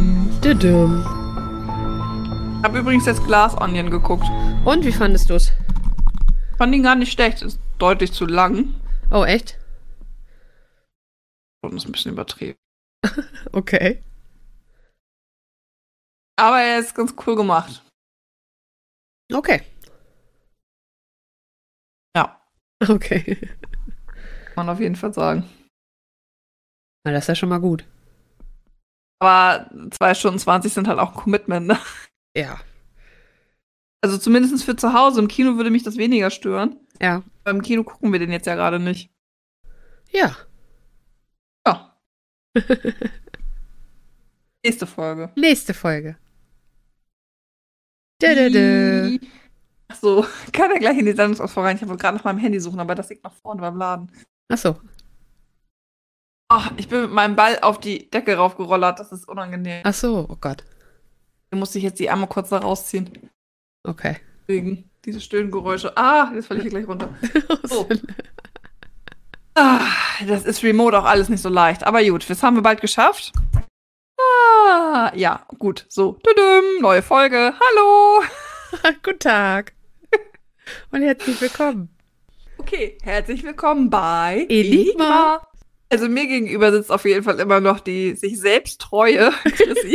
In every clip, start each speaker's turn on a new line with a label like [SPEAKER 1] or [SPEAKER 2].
[SPEAKER 1] Düdüm.
[SPEAKER 2] Ich habe übrigens jetzt Glass Onion geguckt.
[SPEAKER 1] Und wie fandest du's?
[SPEAKER 2] Fand ihn gar nicht schlecht. Ist deutlich zu lang.
[SPEAKER 1] Oh, echt?
[SPEAKER 2] Und ist ein bisschen übertrieben.
[SPEAKER 1] Okay.
[SPEAKER 2] Aber er ist ganz cool gemacht.
[SPEAKER 1] Okay.
[SPEAKER 2] Ja,
[SPEAKER 1] Okay.
[SPEAKER 2] kann man auf jeden Fall sagen.
[SPEAKER 1] Na, das ist ja schon mal gut.
[SPEAKER 2] Aber 2 Stunden 20 sind halt auch ein Commitment, ne?
[SPEAKER 1] Ja.
[SPEAKER 2] Also zumindest für zu Hause. Im Kino würde mich das weniger stören.
[SPEAKER 1] Ja.
[SPEAKER 2] Beim Kino gucken wir den jetzt ja gerade nicht.
[SPEAKER 1] Ja.
[SPEAKER 2] Ja. Nächste Folge.
[SPEAKER 1] Nächste Folge. Dö.
[SPEAKER 2] Ach so, kann er gleich in die Sendungsauswahl rein. Ich wollte gerade nach meinem Handy suchen, aber das liegt noch vorne beim Laden.
[SPEAKER 1] Ach so.
[SPEAKER 2] Ach, ich bin mit meinem Ball auf die Decke raufgerollert. Das ist unangenehm.
[SPEAKER 1] Ach so. Oh Gott.
[SPEAKER 2] Da musste ich jetzt die Arme kurz da rausziehen.
[SPEAKER 1] Okay.
[SPEAKER 2] Wegen diese Stöhngeräusche. Ah, jetzt falle ich hier gleich runter. So. Ah, das ist remote auch alles nicht so leicht. Aber gut, das haben wir bald geschafft. Ah, ja, gut. So, tüdüm, neue Folge. Hallo.
[SPEAKER 1] Guten Tag. Und herzlich willkommen.
[SPEAKER 2] Okay, herzlich willkommen bei
[SPEAKER 1] Enigma.
[SPEAKER 2] Also mir gegenüber sitzt auf jeden Fall immer noch die sich selbst treue Chrissy.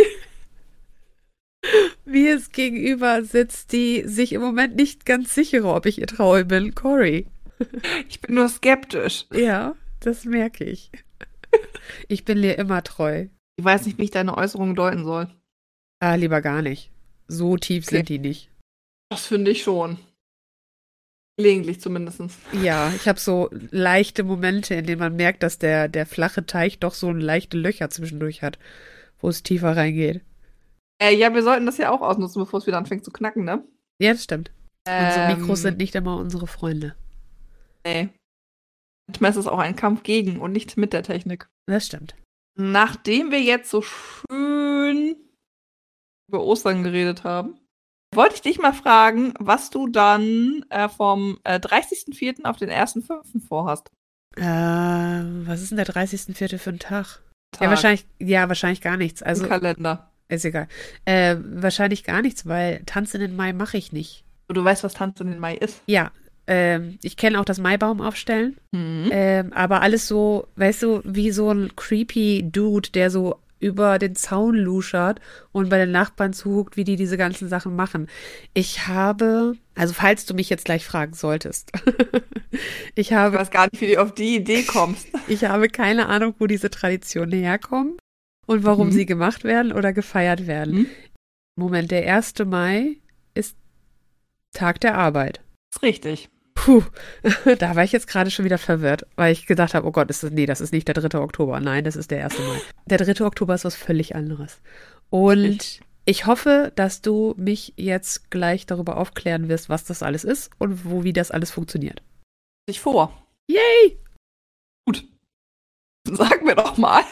[SPEAKER 1] Mir es gegenüber sitzt die sich im Moment nicht ganz sichere, ob ich ihr treu bin, Cory.
[SPEAKER 2] Ich bin nur skeptisch.
[SPEAKER 1] Ja, das merke ich. Ich bin dir immer treu.
[SPEAKER 2] Ich weiß nicht, wie ich deine Äußerungen deuten soll.
[SPEAKER 1] Ah, lieber gar nicht. So tief
[SPEAKER 2] Okay.
[SPEAKER 1] sind die nicht.
[SPEAKER 2] Das finde ich schon. Gelegentlich zumindest.
[SPEAKER 1] Ja, ich habe so leichte Momente, in denen man merkt, dass der flache Teich doch so leichte Löcher zwischendurch hat, wo es tiefer reingeht.
[SPEAKER 2] Ja, wir sollten das ja auch ausnutzen, bevor es wieder anfängt zu knacken, ne?
[SPEAKER 1] Ja, das stimmt. Unsere Mikros sind nicht immer unsere Freunde.
[SPEAKER 2] Nee. Manchmal ist es auch ein Kampf gegen und nicht mit der Technik.
[SPEAKER 1] Das stimmt.
[SPEAKER 2] Nachdem wir jetzt so schön über Ostern geredet haben, wollte ich dich mal fragen, was du dann vom 30.04. auf den 1.05. vorhast.
[SPEAKER 1] Was ist denn der 30.04. für ein Tag? Ja, wahrscheinlich gar nichts.
[SPEAKER 2] Also
[SPEAKER 1] Also,
[SPEAKER 2] Kalender.
[SPEAKER 1] ist egal. Wahrscheinlich gar nichts, weil Tanz in den Mai mache ich nicht.
[SPEAKER 2] Du weißt, was Tanz in den Mai ist.
[SPEAKER 1] Ja, ich kenne auch das Maibaum aufstellen.
[SPEAKER 2] Mhm.
[SPEAKER 1] Aber alles so, weißt du, wie so ein creepy Dude, der so über den Zaun luschert und bei den Nachbarn zuguckt, wie die diese ganzen Sachen machen. Also falls du mich jetzt gleich fragen solltest,
[SPEAKER 2] Ich weiß gar nicht, wie du auf die Idee kommst.
[SPEAKER 1] ich habe keine Ahnung, wo diese Traditionen herkommen und warum sie gemacht werden oder gefeiert werden.
[SPEAKER 2] Mhm.
[SPEAKER 1] Moment, der 1. Mai ist Tag der Arbeit.
[SPEAKER 2] Das ist richtig.
[SPEAKER 1] Puh, da war ich jetzt gerade schon wieder verwirrt, weil ich gedacht habe, oh Gott, das ist nicht der 3. Oktober. Nein, das ist der 1. Mai. Der 3. Oktober ist was völlig anderes. Und ich hoffe, dass du mich jetzt gleich darüber aufklären wirst, was das alles ist und wie das alles funktioniert.
[SPEAKER 2] Dich vor.
[SPEAKER 1] Yay!
[SPEAKER 2] Gut. Sag mir doch mal,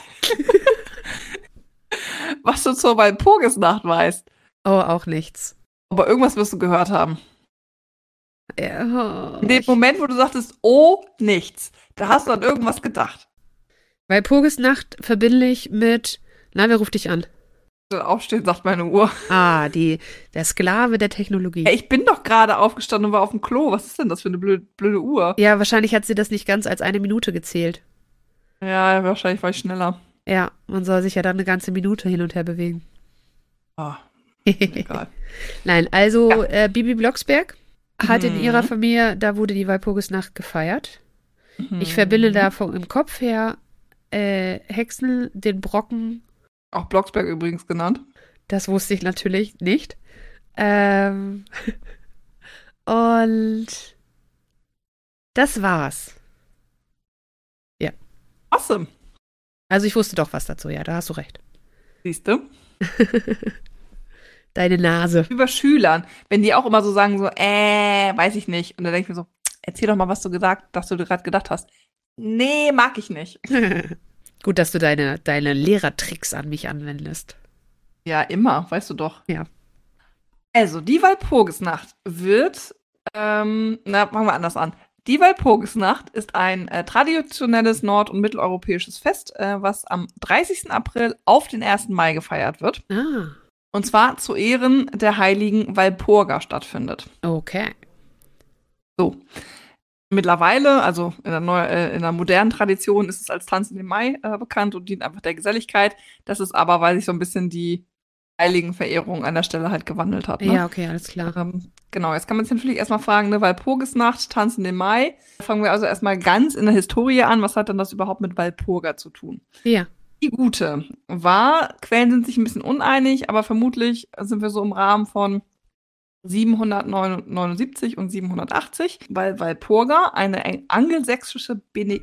[SPEAKER 2] was du zur Walpurgisnacht weißt.
[SPEAKER 1] Oh, auch nichts.
[SPEAKER 2] Aber irgendwas wirst du gehört haben.
[SPEAKER 1] Ja,
[SPEAKER 2] In dem Moment, wo du sagtest, oh, nichts, da hast du an irgendwas gedacht.
[SPEAKER 1] Walpurgisnacht verbinde ich mit, wer ruft dich an?
[SPEAKER 2] Aufstehen, sagt meine Uhr.
[SPEAKER 1] Ah, der Sklave der Technologie.
[SPEAKER 2] Hey, ich bin doch gerade aufgestanden und war auf dem Klo. Was ist denn das für eine blöde Uhr?
[SPEAKER 1] Ja, wahrscheinlich hat sie das nicht ganz als 1 Minute gezählt.
[SPEAKER 2] Ja, wahrscheinlich war ich schneller.
[SPEAKER 1] Ja, man soll sich ja dann eine ganze Minute hin und her bewegen.
[SPEAKER 2] Ah, egal.
[SPEAKER 1] Nein, also Bibi Blocksberg hat in ihrer Familie, da wurde die Walpurgisnacht gefeiert. Ich verbinde da im Kopf her Hexen, den Brocken.
[SPEAKER 2] Auch Blocksberg übrigens genannt.
[SPEAKER 1] Das wusste ich natürlich nicht. Und das war's. Ja.
[SPEAKER 2] Awesome.
[SPEAKER 1] Also ich wusste doch was dazu, ja, da hast du recht.
[SPEAKER 2] Siehst du?
[SPEAKER 1] Deine Nase.
[SPEAKER 2] Über Schülern, wenn die auch immer so sagen, so, weiß ich nicht. Und dann denke ich mir so, erzähl doch mal, was du gerade gedacht hast. Nee, mag ich nicht.
[SPEAKER 1] Gut, dass du deine Lehrertricks an mich anwendest.
[SPEAKER 2] Ja, immer, weißt du doch.
[SPEAKER 1] Ja.
[SPEAKER 2] Also, die Walpurgisnacht wird, fangen wir anders an. Die Walpurgisnacht ist ein traditionelles nord- und mitteleuropäisches Fest, was am 30. April auf den 1. Mai gefeiert wird.
[SPEAKER 1] Ah,
[SPEAKER 2] Und zwar zu Ehren der heiligen Walpurga stattfindet.
[SPEAKER 1] okay.
[SPEAKER 2] So. Mittlerweile, also in der modernen Tradition, ist es als Tanz in den Mai bekannt und dient einfach der Geselligkeit. Das ist aber, weil sich so ein bisschen die Heiligenverehrung an der Stelle halt gewandelt hat. Ne?
[SPEAKER 1] Ja, okay, alles klar.
[SPEAKER 2] Genau, jetzt kann man sich natürlich erstmal fragen, ne, Walpurgisnacht, Tanz in den Mai. Fangen wir also erstmal ganz in der Historie an. Was hat denn das überhaupt mit Walpurga zu tun?
[SPEAKER 1] Ja.
[SPEAKER 2] Die gute war, Quellen sind sich ein bisschen uneinig, aber vermutlich sind wir so im Rahmen von 779 und 780, weil Walpurga eine angelsächsische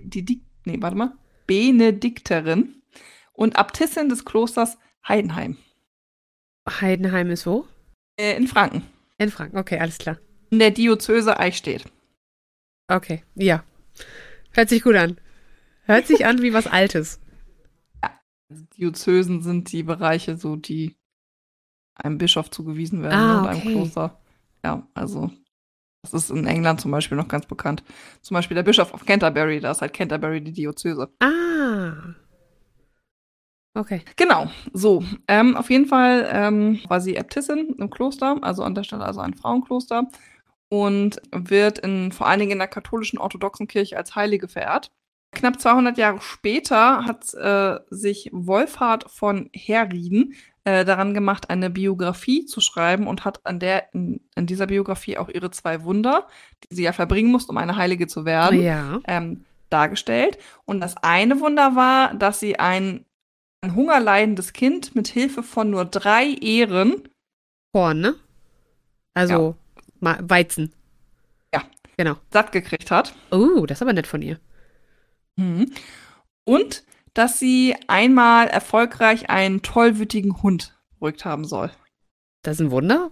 [SPEAKER 2] Benedikterin und Äbtissin des Klosters Heidenheim.
[SPEAKER 1] Heidenheim ist wo?
[SPEAKER 2] In Franken.
[SPEAKER 1] In Franken, okay, alles klar.
[SPEAKER 2] In der Diözese Eichstätt.
[SPEAKER 1] Okay, ja. Hört sich gut an. Hört sich an wie was Altes.
[SPEAKER 2] Ja, Diözesen sind die Bereiche, so die einem Bischof zugewiesen werden, ne,
[SPEAKER 1] okay.
[SPEAKER 2] einem Kloster. Ja, also das ist in England zum Beispiel noch ganz bekannt. Zum Beispiel der Bischof of Canterbury, da ist halt Canterbury die Diözese.
[SPEAKER 1] Ah. Okay.
[SPEAKER 2] Genau, so. Auf jeden Fall war sie Äbtissin im Kloster, also an der Stelle also ein Frauenkloster und wird vor allen Dingen in der katholischen orthodoxen Kirche als Heilige verehrt. Knapp 200 Jahre später hat sich Wolfhard von Herrieden daran gemacht, eine Biografie zu schreiben und hat in dieser Biografie auch ihre 2 Wunder, die sie ja verbringen musste, um eine Heilige zu werden,
[SPEAKER 1] Ja.
[SPEAKER 2] dargestellt. Und das eine Wunder war, dass sie ein hungerleidendes Kind mit Hilfe von nur 3 Ähren.
[SPEAKER 1] Korn, ne? Also Weizen.
[SPEAKER 2] Ja.
[SPEAKER 1] Genau.
[SPEAKER 2] Satt gekriegt hat.
[SPEAKER 1] Oh, das ist aber nett von ihr.
[SPEAKER 2] Und dass sie einmal erfolgreich einen tollwütigen Hund beruhigt haben soll.
[SPEAKER 1] Das ist ein Wunder?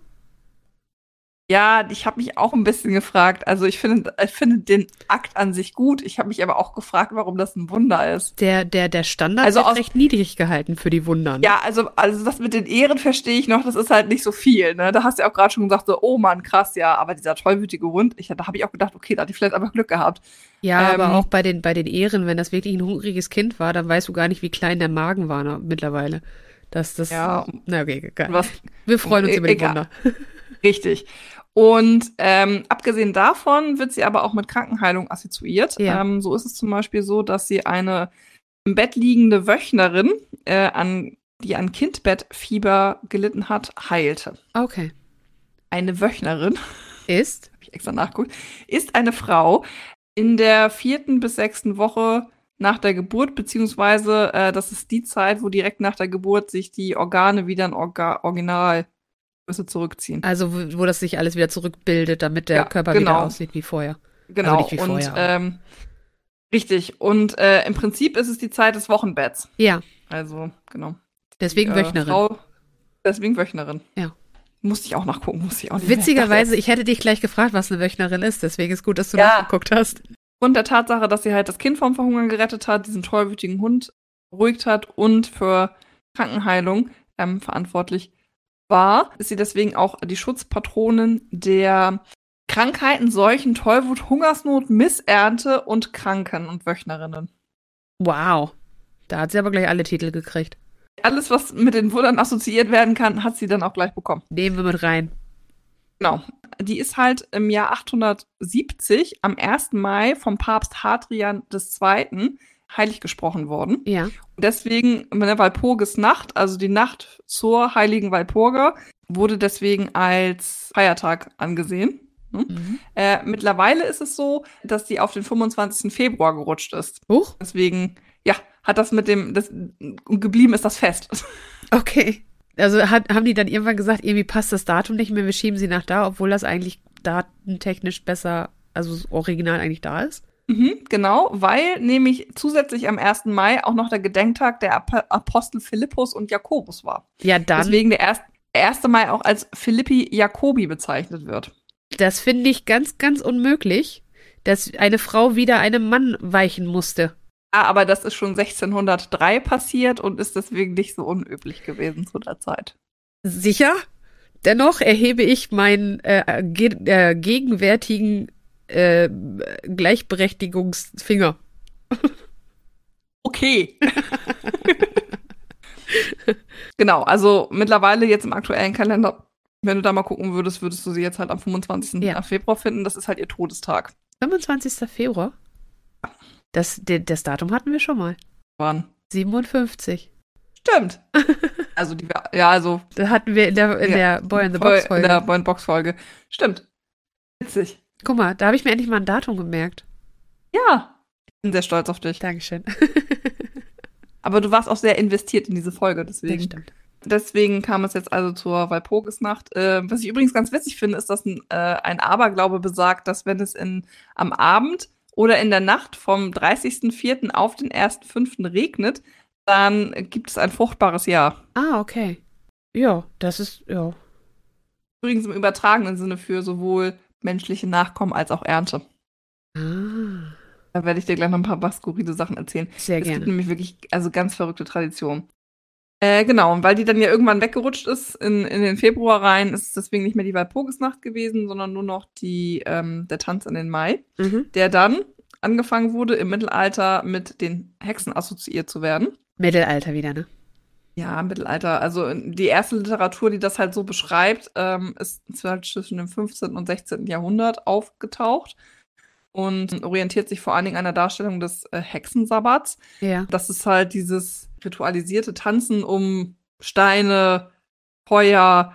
[SPEAKER 2] Ja, ich habe mich auch ein bisschen gefragt. Also ich finde den Akt an sich gut. Ich habe mich aber auch gefragt, warum das ein Wunder ist.
[SPEAKER 1] Der Standard
[SPEAKER 2] Also
[SPEAKER 1] wird recht niedrig gehalten für die Wunder. Ne?
[SPEAKER 2] Ja, also das mit den Ehren verstehe ich noch, das ist halt nicht so viel. Ne? Da hast du ja auch gerade schon gesagt, so, oh Mann, krass, ja. Aber dieser tollwütige Hund, da habe ich auch gedacht, okay, da hat die vielleicht einfach Glück gehabt.
[SPEAKER 1] Ja, aber auch bei den Ehren, wenn das wirklich ein hungriges Kind war, dann weißt du gar nicht, wie klein der Magen war mittlerweile.
[SPEAKER 2] Ja.
[SPEAKER 1] Na okay, geil.
[SPEAKER 2] Was,
[SPEAKER 1] Wir freuen uns über die Wunder.
[SPEAKER 2] Richtig. Und abgesehen davon wird sie aber auch mit Krankenheilung assoziiert.
[SPEAKER 1] Ja.
[SPEAKER 2] So ist es zum Beispiel so, dass sie eine im Bett liegende Wöchnerin, die an Kindbettfieber gelitten hat, heilte.
[SPEAKER 1] Okay.
[SPEAKER 2] Eine Wöchnerin,
[SPEAKER 1] Ist?
[SPEAKER 2] habe ich extra nachgeguckt, ist eine Frau in der 4. bis 6. Woche nach der Geburt, beziehungsweise das ist die Zeit, wo direkt nach der Geburt sich die Organe wieder in Originalgröße zurückziehen.
[SPEAKER 1] Also wo das sich alles wieder zurückbildet, damit der Körper wieder aussieht wie vorher.
[SPEAKER 2] Genau,
[SPEAKER 1] also nicht wie vorher,
[SPEAKER 2] richtig. Und im Prinzip ist es die Zeit des Wochenbetts.
[SPEAKER 1] Ja.
[SPEAKER 2] Also, genau.
[SPEAKER 1] Deswegen Wöchnerin.
[SPEAKER 2] Deswegen Wöchnerin.
[SPEAKER 1] Ja.
[SPEAKER 2] Musste ich auch nachgucken, musste ich auch nicht.
[SPEAKER 1] Witzigerweise, ich hätte dich gleich gefragt, was eine Wöchnerin ist, deswegen ist gut, dass du nachgeguckt hast.
[SPEAKER 2] Aufgrund der Tatsache, dass sie halt das Kind vom Verhungern gerettet hat, diesen tollwütigen Hund beruhigt hat und für Krankenheilung verantwortlich war, ist sie deswegen auch die Schutzpatronin der Krankheiten, Seuchen, Tollwut, Hungersnot, Missernte und Kranken und Wöchnerinnen.
[SPEAKER 1] Wow. Da hat sie aber gleich alle Titel gekriegt.
[SPEAKER 2] Alles, was mit den Wundern assoziiert werden kann, hat sie dann auch gleich bekommen.
[SPEAKER 1] Nehmen wir mit rein.
[SPEAKER 2] Genau. Die ist halt im Jahr 870 am 1. Mai vom Papst Hadrian II. Heilig gesprochen worden.
[SPEAKER 1] Ja.
[SPEAKER 2] Und deswegen, Walpurgisnacht, also die Nacht zur heiligen Walpurga, wurde deswegen als Feiertag angesehen.
[SPEAKER 1] Mhm.
[SPEAKER 2] Mittlerweile ist es so, dass die auf den 25. Februar gerutscht ist.
[SPEAKER 1] Huch.
[SPEAKER 2] Deswegen, ja, hat das geblieben ist das Fest.
[SPEAKER 1] Okay. Also haben die dann irgendwann gesagt, irgendwie passt das Datum nicht mehr, wir schieben sie nach da, obwohl das eigentlich datentechnisch besser, also das Original eigentlich da ist?
[SPEAKER 2] Genau, weil nämlich zusätzlich am 1. Mai auch noch der Gedenktag der Apostel Philippus und Jakobus war.
[SPEAKER 1] Ja, dann.
[SPEAKER 2] Deswegen der 1. Mai auch als Philippi Jacobi bezeichnet wird.
[SPEAKER 1] Das finde ich ganz, ganz unmöglich, dass eine Frau wieder einem Mann weichen musste.
[SPEAKER 2] Ja, aber das ist schon 1603 passiert und ist deswegen nicht so unüblich gewesen zu der Zeit.
[SPEAKER 1] Sicher? Dennoch erhebe ich meinen gegenwärtigen Gleichberechtigungsfinger.
[SPEAKER 2] Okay. Genau, also mittlerweile jetzt im aktuellen Kalender, wenn du da mal gucken würdest, würdest du sie jetzt halt am 25.
[SPEAKER 1] Ja.
[SPEAKER 2] Februar finden. Das ist halt ihr Todestag.
[SPEAKER 1] 25. Februar? Das Datum hatten wir schon mal.
[SPEAKER 2] Wann?
[SPEAKER 1] 57.
[SPEAKER 2] Stimmt. Also also
[SPEAKER 1] Das hatten wir in der Boy in the Box Folge.
[SPEAKER 2] In der Boy in the Box Folge. Stimmt. Witzig.
[SPEAKER 1] Guck mal, da habe ich mir endlich mal ein Datum gemerkt.
[SPEAKER 2] Ja. Ich bin sehr stolz auf dich.
[SPEAKER 1] Dankeschön.
[SPEAKER 2] Aber du warst auch sehr investiert in diese Folge, deswegen.
[SPEAKER 1] Das stimmt.
[SPEAKER 2] Deswegen kam es jetzt also zur Walpurgisnacht. Was ich übrigens ganz witzig finde, ist, dass ein Aberglaube besagt, dass wenn es am Abend oder in der Nacht vom 30.04. auf den 1.05. regnet, dann gibt es ein fruchtbares Jahr.
[SPEAKER 1] Ah, okay. Ja, das ist, ja.
[SPEAKER 2] Übrigens im übertragenen Sinne für sowohl menschliche Nachkommen als auch Ernte.
[SPEAKER 1] Ah,
[SPEAKER 2] Da werde ich dir gleich noch ein paar skurrile Sachen erzählen.
[SPEAKER 1] sehr
[SPEAKER 2] Es
[SPEAKER 1] gerne.
[SPEAKER 2] gibt nämlich wirklich ganz verrückte Traditionen. Genau, und weil die dann ja irgendwann weggerutscht ist in den Februar rein, ist es deswegen nicht mehr die Walpurgisnacht gewesen, sondern nur noch der Tanz in den Mai, der dann angefangen wurde, im Mittelalter mit den Hexen assoziiert zu werden.
[SPEAKER 1] Mittelalter wieder, ne?
[SPEAKER 2] Ja, im Mittelalter. Also die erste Literatur, die das halt so beschreibt, ist halt zwischen dem 15. und 16. Jahrhundert aufgetaucht und orientiert sich vor allen Dingen an der Darstellung des Hexensabbats.
[SPEAKER 1] Ja.
[SPEAKER 2] Das ist halt dieses ritualisierte Tanzen um Steine, Feuer,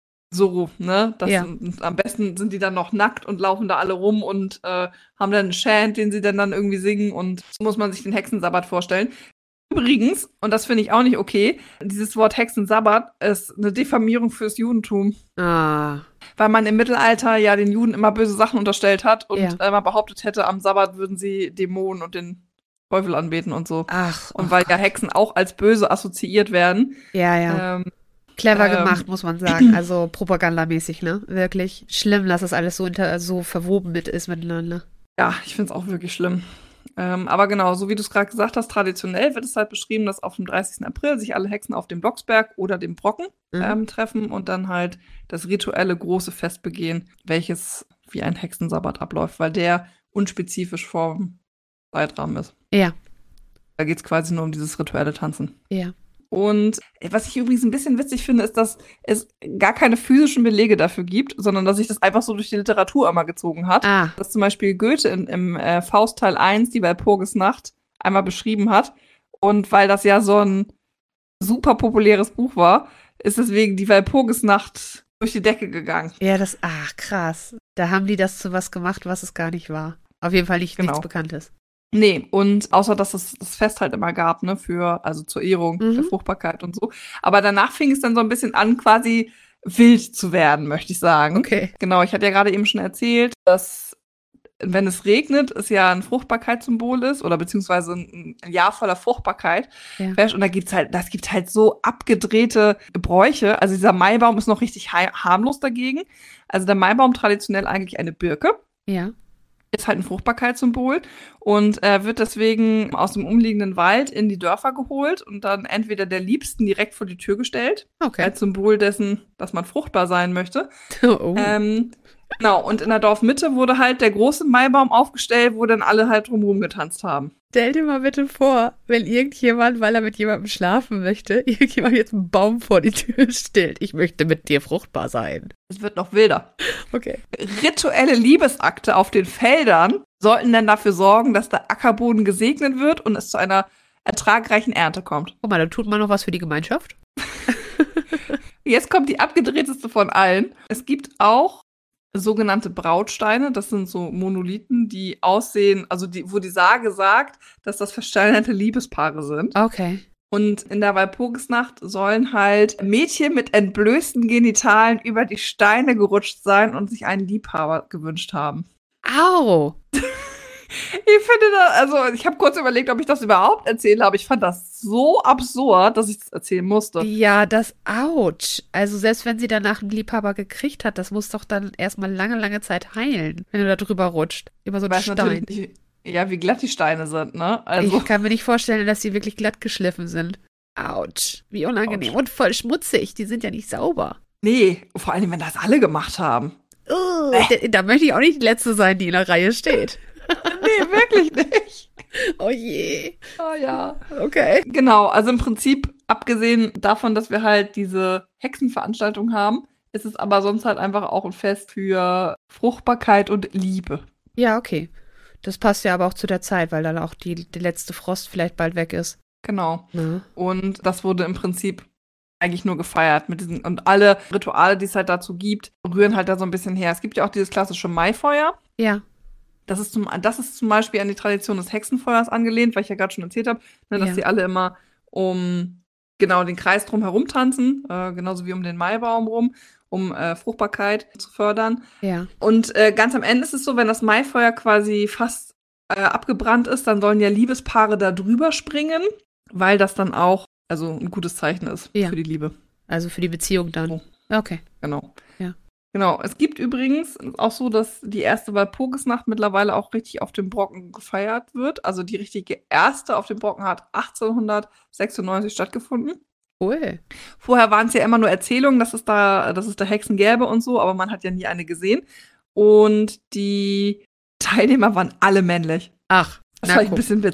[SPEAKER 2] so, ne? Am besten sind die dann noch nackt und laufen da alle rum und haben dann einen Chant, den sie dann irgendwie singen, und so muss man sich den Hexensabbat vorstellen. Übrigens, und das finde ich auch nicht okay, dieses Wort Hexensabbat ist eine Diffamierung fürs Judentum.
[SPEAKER 1] Ah.
[SPEAKER 2] Weil man im Mittelalter ja den Juden immer böse Sachen unterstellt hat und
[SPEAKER 1] Ja.
[SPEAKER 2] man behauptet hätte, am Sabbat würden sie Dämonen und den Teufel anbeten und so.
[SPEAKER 1] Ach.
[SPEAKER 2] Und weil ja Hexen auch als böse assoziiert werden.
[SPEAKER 1] Ja. Clever gemacht, muss man sagen. Also propagandamäßig, ne? Wirklich schlimm, dass das alles so verwoben ist miteinander.
[SPEAKER 2] Ja, ich finde es auch wirklich schlimm. Aber genau, so wie du es gerade gesagt hast, traditionell wird es halt beschrieben, dass auf dem 30. April sich alle Hexen auf dem Blocksberg oder dem Brocken treffen und dann halt das rituelle große Fest begehen, welches wie ein Hexensabbat abläuft, weil der unspezifisch vom Zeitrahmen ist.
[SPEAKER 1] Ja.
[SPEAKER 2] Da geht es quasi nur um dieses rituelle Tanzen.
[SPEAKER 1] Ja.
[SPEAKER 2] Und was ich übrigens ein bisschen witzig finde, ist, dass es gar keine physischen Belege dafür gibt, sondern dass sich das einfach so durch die Literatur einmal gezogen hat.
[SPEAKER 1] Ah.
[SPEAKER 2] Dass zum Beispiel Goethe im Faust Teil 1 die Walpurgisnacht einmal beschrieben hat. Und weil das ja so ein super populäres Buch war, ist deswegen die Walpurgisnacht durch die Decke gegangen.
[SPEAKER 1] Ja, krass. Da haben die das zu was gemacht, was es gar nicht war. Auf jeden Fall nichts Bekanntes.
[SPEAKER 2] Nee, und außer, dass es das Fest halt immer gab, ne, also zur Ehrung der Fruchtbarkeit und so. Aber danach fing es dann so ein bisschen an, quasi wild zu werden, möchte ich sagen.
[SPEAKER 1] Okay.
[SPEAKER 2] Genau, ich hatte ja gerade eben schon erzählt, dass, wenn es regnet, es ja ein Fruchtbarkeitssymbol ist, oder beziehungsweise ein Jahr voller Fruchtbarkeit.
[SPEAKER 1] Ja.
[SPEAKER 2] Und da gibt halt so abgedrehte Bräuche. Also dieser Maibaum ist noch richtig harmlos dagegen. Also der Maibaum traditionell eigentlich eine Birke.
[SPEAKER 1] Ja.
[SPEAKER 2] Ist halt ein Fruchtbarkeitssymbol und wird deswegen aus dem umliegenden Wald in die Dörfer geholt und dann entweder der Liebsten direkt vor die Tür gestellt, als Symbol dessen, dass man fruchtbar sein möchte.
[SPEAKER 1] Oh.
[SPEAKER 2] Genau, und in der Dorfmitte wurde halt der große Maibaum aufgestellt, wo dann alle halt drumherum getanzt haben.
[SPEAKER 1] Stell dir mal bitte vor, wenn irgendjemand, weil er mit jemandem schlafen möchte, irgendjemand jetzt einen Baum vor die Tür stellt. Ich möchte mit dir fruchtbar sein.
[SPEAKER 2] Es wird noch wilder.
[SPEAKER 1] Okay.
[SPEAKER 2] Rituelle Liebesakte auf den Feldern sollten dann dafür sorgen, dass der Ackerboden gesegnet wird und es zu einer ertragreichen Ernte kommt.
[SPEAKER 1] Guck mal, da tut man noch was für die Gemeinschaft.
[SPEAKER 2] Jetzt kommt die abgedrehteste von allen. Es gibt auch sogenannte Brautsteine, das sind so Monolithen, die aussehen, also wo die Sage sagt, dass das versteinerte Liebespaare sind.
[SPEAKER 1] Okay.
[SPEAKER 2] Und in der Walpurgisnacht sollen halt Mädchen mit entblößten Genitalen über die Steine gerutscht sein und sich einen Liebhaber gewünscht haben.
[SPEAKER 1] Au!
[SPEAKER 2] Ich finde das, also ich habe kurz überlegt, ob ich das überhaupt erzähle, aber ich fand das so absurd, dass ich das erzählen musste.
[SPEAKER 1] Ja, ouch. Also selbst wenn sie danach einen Liebhaber gekriegt hat, das muss doch dann erstmal lange Zeit heilen, wenn du da drüber rutscht. Über so einen Stein.
[SPEAKER 2] Nicht, ja, wie glatt die Steine sind, ne? Also.
[SPEAKER 1] Ich kann mir nicht vorstellen, dass sie wirklich glatt geschliffen sind. Autsch. Wie unangenehm. Und voll schmutzig. Die sind ja nicht sauber.
[SPEAKER 2] Nee, vor allem, wenn das alle gemacht haben.
[SPEAKER 1] Da möchte ich auch nicht die Letzte sein, die in der Reihe steht.
[SPEAKER 2] Nee, wirklich nicht.
[SPEAKER 1] Oh je.
[SPEAKER 2] Oh ja.
[SPEAKER 1] Okay.
[SPEAKER 2] Genau, also im Prinzip, abgesehen davon, dass wir halt diese Hexenveranstaltung haben, ist es aber sonst halt einfach auch ein Fest für Fruchtbarkeit und Liebe.
[SPEAKER 1] Ja, okay. Das passt ja aber auch zu der Zeit, weil dann auch die letzte Frost vielleicht bald weg ist.
[SPEAKER 2] Genau.
[SPEAKER 1] Ja.
[SPEAKER 2] Und das wurde im Prinzip eigentlich nur gefeiert mit diesen, und alle Rituale, die es halt dazu gibt, rühren halt da so ein bisschen her. Es gibt ja auch dieses klassische Maifeuer.
[SPEAKER 1] Ja.
[SPEAKER 2] Das ist zum Beispiel an die Tradition des Hexenfeuers angelehnt, weil ich ja gerade schon erzählt habe, ne, dass die alle immer um genau den Kreis drum herum tanzen, genauso wie um den Maibaum rum, um Fruchtbarkeit zu fördern.
[SPEAKER 1] Ja.
[SPEAKER 2] Und ganz am Ende ist es so, wenn das Maifeuer quasi fast abgebrannt ist, dann sollen ja Liebespaare da drüber springen, weil das dann auch also ein gutes Zeichen ist für die Liebe.
[SPEAKER 1] Also für die Beziehung dann.
[SPEAKER 2] So.
[SPEAKER 1] Okay.
[SPEAKER 2] Genau.
[SPEAKER 1] Ja.
[SPEAKER 2] Genau. Es gibt übrigens auch so, dass die erste Walpurgisnacht mittlerweile auch richtig auf dem Brocken gefeiert wird. Also die richtige erste auf dem Brocken hat 1896 stattgefunden.
[SPEAKER 1] Cool.
[SPEAKER 2] Vorher waren es ja immer nur Erzählungen, dass es da Hexen gäbe und so, aber man hat ja nie eine gesehen. Und die Teilnehmer waren alle männlich.
[SPEAKER 1] Ach.
[SPEAKER 2] Das fand ich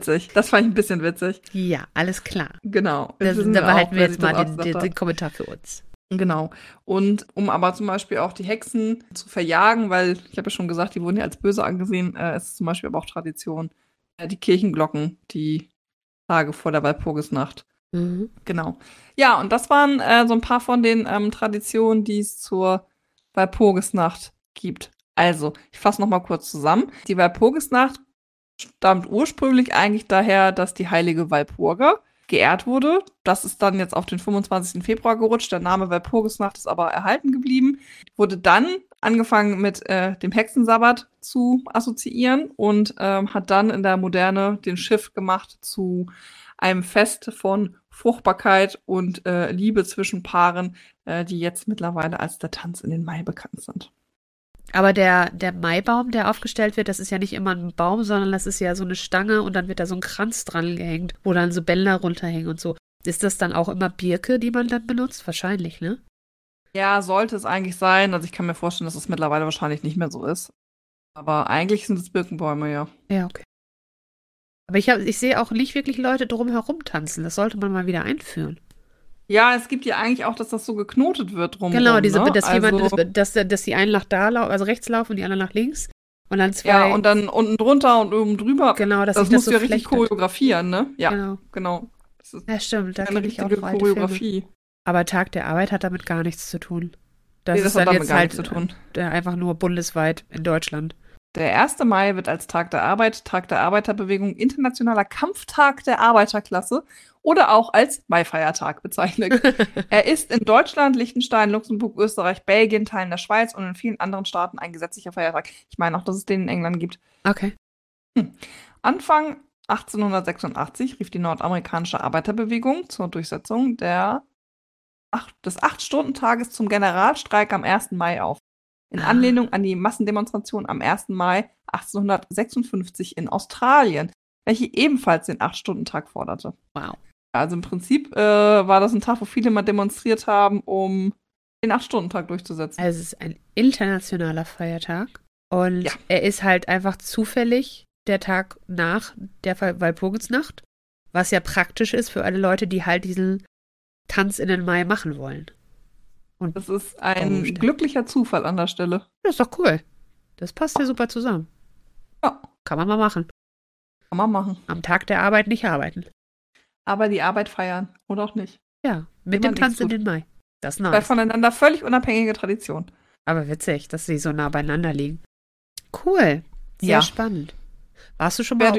[SPEAKER 2] ein bisschen witzig.
[SPEAKER 1] Ja, alles klar.
[SPEAKER 2] Genau.
[SPEAKER 1] Da behalten wir jetzt mal den Kommentar für uns.
[SPEAKER 2] Genau. Und um aber zum Beispiel auch die Hexen zu verjagen, weil ich habe ja schon gesagt, die wurden ja als böse angesehen, ist zum Beispiel aber auch Tradition, die Kirchenglocken, die Tage vor der Walpurgisnacht.
[SPEAKER 1] Mhm.
[SPEAKER 2] Genau. Ja, und das waren so ein paar von den Traditionen, die es zur Walpurgisnacht gibt. Also, ich fasse noch mal kurz zusammen. Die Walpurgisnacht stammt ursprünglich eigentlich daher, dass die heilige Walpurga geehrt wurde. Das ist dann jetzt auf den 25. Februar gerutscht. Der Name Walpurgisnacht ist aber erhalten geblieben. Wurde dann angefangen mit dem Hexensabbat zu assoziieren und hat dann in der Moderne den Shift gemacht zu einem Fest von Fruchtbarkeit und Liebe zwischen Paaren, die jetzt mittlerweile als der Tanz in den Mai bekannt sind.
[SPEAKER 1] Aber der Maibaum, der aufgestellt wird, das ist ja nicht immer ein Baum, sondern das ist ja so eine Stange und dann wird da so ein Kranz dran gehängt, wo dann so Bänder runterhängen und so. Ist das dann auch immer Birke, die man dann benutzt? Wahrscheinlich, ne?
[SPEAKER 2] Ja, sollte es eigentlich sein. Also ich kann mir vorstellen, dass es mittlerweile wahrscheinlich nicht mehr so ist. Aber eigentlich sind es Birkenbäume, ja.
[SPEAKER 1] Ja, okay. Aber ich sehe auch nicht wirklich Leute drumherum tanzen. Das sollte man mal wieder einführen.
[SPEAKER 2] Ja, es gibt ja eigentlich auch, dass das so geknotet wird drumherum.
[SPEAKER 1] Genau,
[SPEAKER 2] ne?
[SPEAKER 1] dass die einen nach da laufen, also rechts laufen und die anderen nach links. Und dann zwei.
[SPEAKER 2] Ja, und dann unten drunter und oben drüber.
[SPEAKER 1] Genau,
[SPEAKER 2] das musst du ja richtig choreografieren, ne? Ja, genau.
[SPEAKER 1] Das ist ja, stimmt. Da
[SPEAKER 2] eine richtige Choreografie.
[SPEAKER 1] Aber Tag der Arbeit hat damit gar nichts zu tun.
[SPEAKER 2] Das
[SPEAKER 1] ist
[SPEAKER 2] hat
[SPEAKER 1] dann
[SPEAKER 2] damit
[SPEAKER 1] jetzt
[SPEAKER 2] gar
[SPEAKER 1] halt
[SPEAKER 2] nichts zu tun.
[SPEAKER 1] Einfach nur bundesweit in Deutschland.
[SPEAKER 2] Der 1. Mai wird als Tag der Arbeit, Tag der Arbeiterbewegung, internationaler Kampftag der Arbeiterklasse oder auch als Maifeiertag bezeichnet. Er ist in Deutschland, Liechtenstein, Luxemburg, Österreich, Belgien, Teilen der Schweiz und in vielen anderen Staaten ein gesetzlicher Feiertag. Ich meine auch, dass es den in England gibt.
[SPEAKER 1] Okay.
[SPEAKER 2] Anfang 1886 rief die nordamerikanische Arbeiterbewegung zur Durchsetzung des 8-Stunden-Tages zum Generalstreik am 1. Mai auf. In Anlehnung an die Massendemonstration am 1. Mai 1856 in Australien, welche ebenfalls den 8-Stunden-Tag forderte.
[SPEAKER 1] Wow.
[SPEAKER 2] Also im Prinzip war das ein Tag, wo viele mal demonstriert haben, um den 8-Stunden-Tag durchzusetzen.
[SPEAKER 1] Also es ist ein internationaler Feiertag und er ist halt einfach zufällig der Tag nach der Walpurgisnacht, was ja praktisch ist für alle Leute, die halt diesen Tanz in den Mai machen wollen. Und
[SPEAKER 2] das ist ein glücklicher Zufall an der Stelle.
[SPEAKER 1] Das ist doch cool. Das passt ja super zusammen.
[SPEAKER 2] Ja.
[SPEAKER 1] Kann man mal machen.
[SPEAKER 2] Kann man machen.
[SPEAKER 1] Am Tag der Arbeit nicht arbeiten.
[SPEAKER 2] Aber die Arbeit feiern. Oder auch nicht.
[SPEAKER 1] Ja, mit dem Tanz in den Mai. Das ist nice.
[SPEAKER 2] Zwei voneinander völlig unabhängige Traditionen.
[SPEAKER 1] Aber witzig, dass sie so nah beieinander liegen. Cool. Sehr spannend. Warst du schon mal?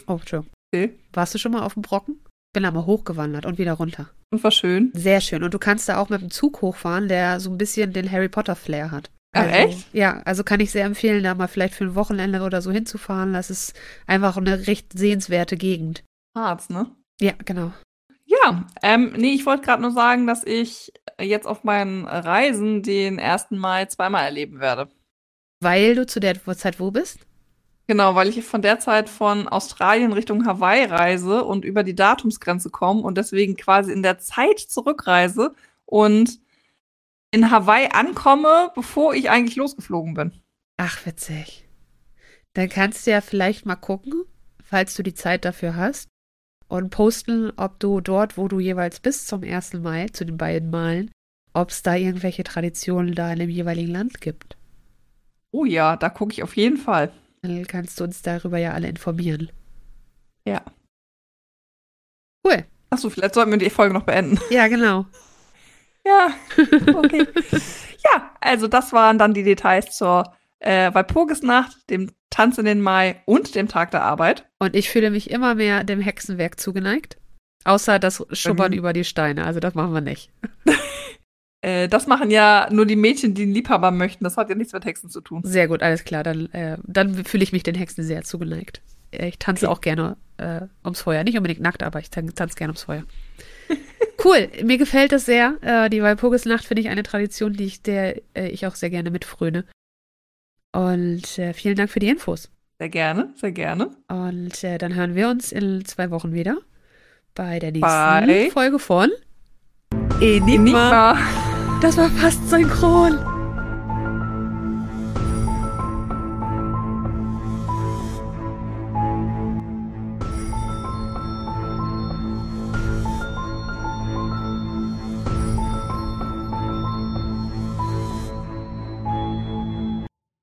[SPEAKER 1] Warst du schon mal auf dem Brocken? Bin da mal hochgewandert und wieder runter.
[SPEAKER 2] Und war schön.
[SPEAKER 1] Sehr schön. Und du kannst da auch mit dem Zug hochfahren, der so ein bisschen den Harry Potter-Flair hat.
[SPEAKER 2] Also, echt?
[SPEAKER 1] Ja, also kann ich sehr empfehlen, da mal vielleicht für ein Wochenende oder so hinzufahren. Das ist einfach eine recht sehenswerte Gegend.
[SPEAKER 2] Harz, ne?
[SPEAKER 1] Ja, genau.
[SPEAKER 2] Ja, nee, ich wollte gerade nur sagen, dass ich jetzt auf meinen Reisen den 1. Mai zweimal erleben werde.
[SPEAKER 1] Weil du zu der Zeit wo bist?
[SPEAKER 2] Genau, weil ich von der Zeit von Australien Richtung Hawaii reise und über die Datumsgrenze komme und deswegen quasi in der Zeit zurückreise und in Hawaii ankomme, bevor ich eigentlich losgeflogen bin.
[SPEAKER 1] Ach, witzig. Dann kannst du ja vielleicht mal gucken, falls du die Zeit dafür hast, und posten, ob du dort, wo du jeweils bist zum 1. Mai, zu den beiden Malen, ob es da irgendwelche Traditionen da in dem jeweiligen Land gibt.
[SPEAKER 2] Oh ja, da gucke ich auf jeden Fall.
[SPEAKER 1] Dann kannst du uns darüber ja alle informieren.
[SPEAKER 2] Ja.
[SPEAKER 1] Cool.
[SPEAKER 2] Achso, vielleicht sollten wir die Folge noch beenden.
[SPEAKER 1] Ja, genau.
[SPEAKER 2] Ja, okay. Ja, also das waren dann die Details zur Walpurgisnacht, dem Tanz in den Mai und dem Tag der Arbeit.
[SPEAKER 1] Und ich fühle mich immer mehr dem Hexenwerk zugeneigt. Außer das Schubbern über die Steine. Also das machen wir nicht.
[SPEAKER 2] Das machen ja nur die Mädchen, die einen Liebhaber möchten. Das hat ja nichts mit Hexen zu tun.
[SPEAKER 1] Sehr gut, alles klar. Dann fühle ich mich den Hexen sehr zugeneigt. Ich tanze auch gerne ums Feuer. Nicht unbedingt nackt, aber ich tanze gerne ums Feuer. Cool, mir gefällt das sehr. Die Walpurgisnacht finde ich eine Tradition, der ich auch sehr gerne mitfröne. Und vielen Dank für die Infos.
[SPEAKER 2] Sehr gerne, sehr gerne.
[SPEAKER 1] Und dann hören wir uns in 2 Wochen wieder bei der nächsten Folge von Enigma. Das war fast synchron.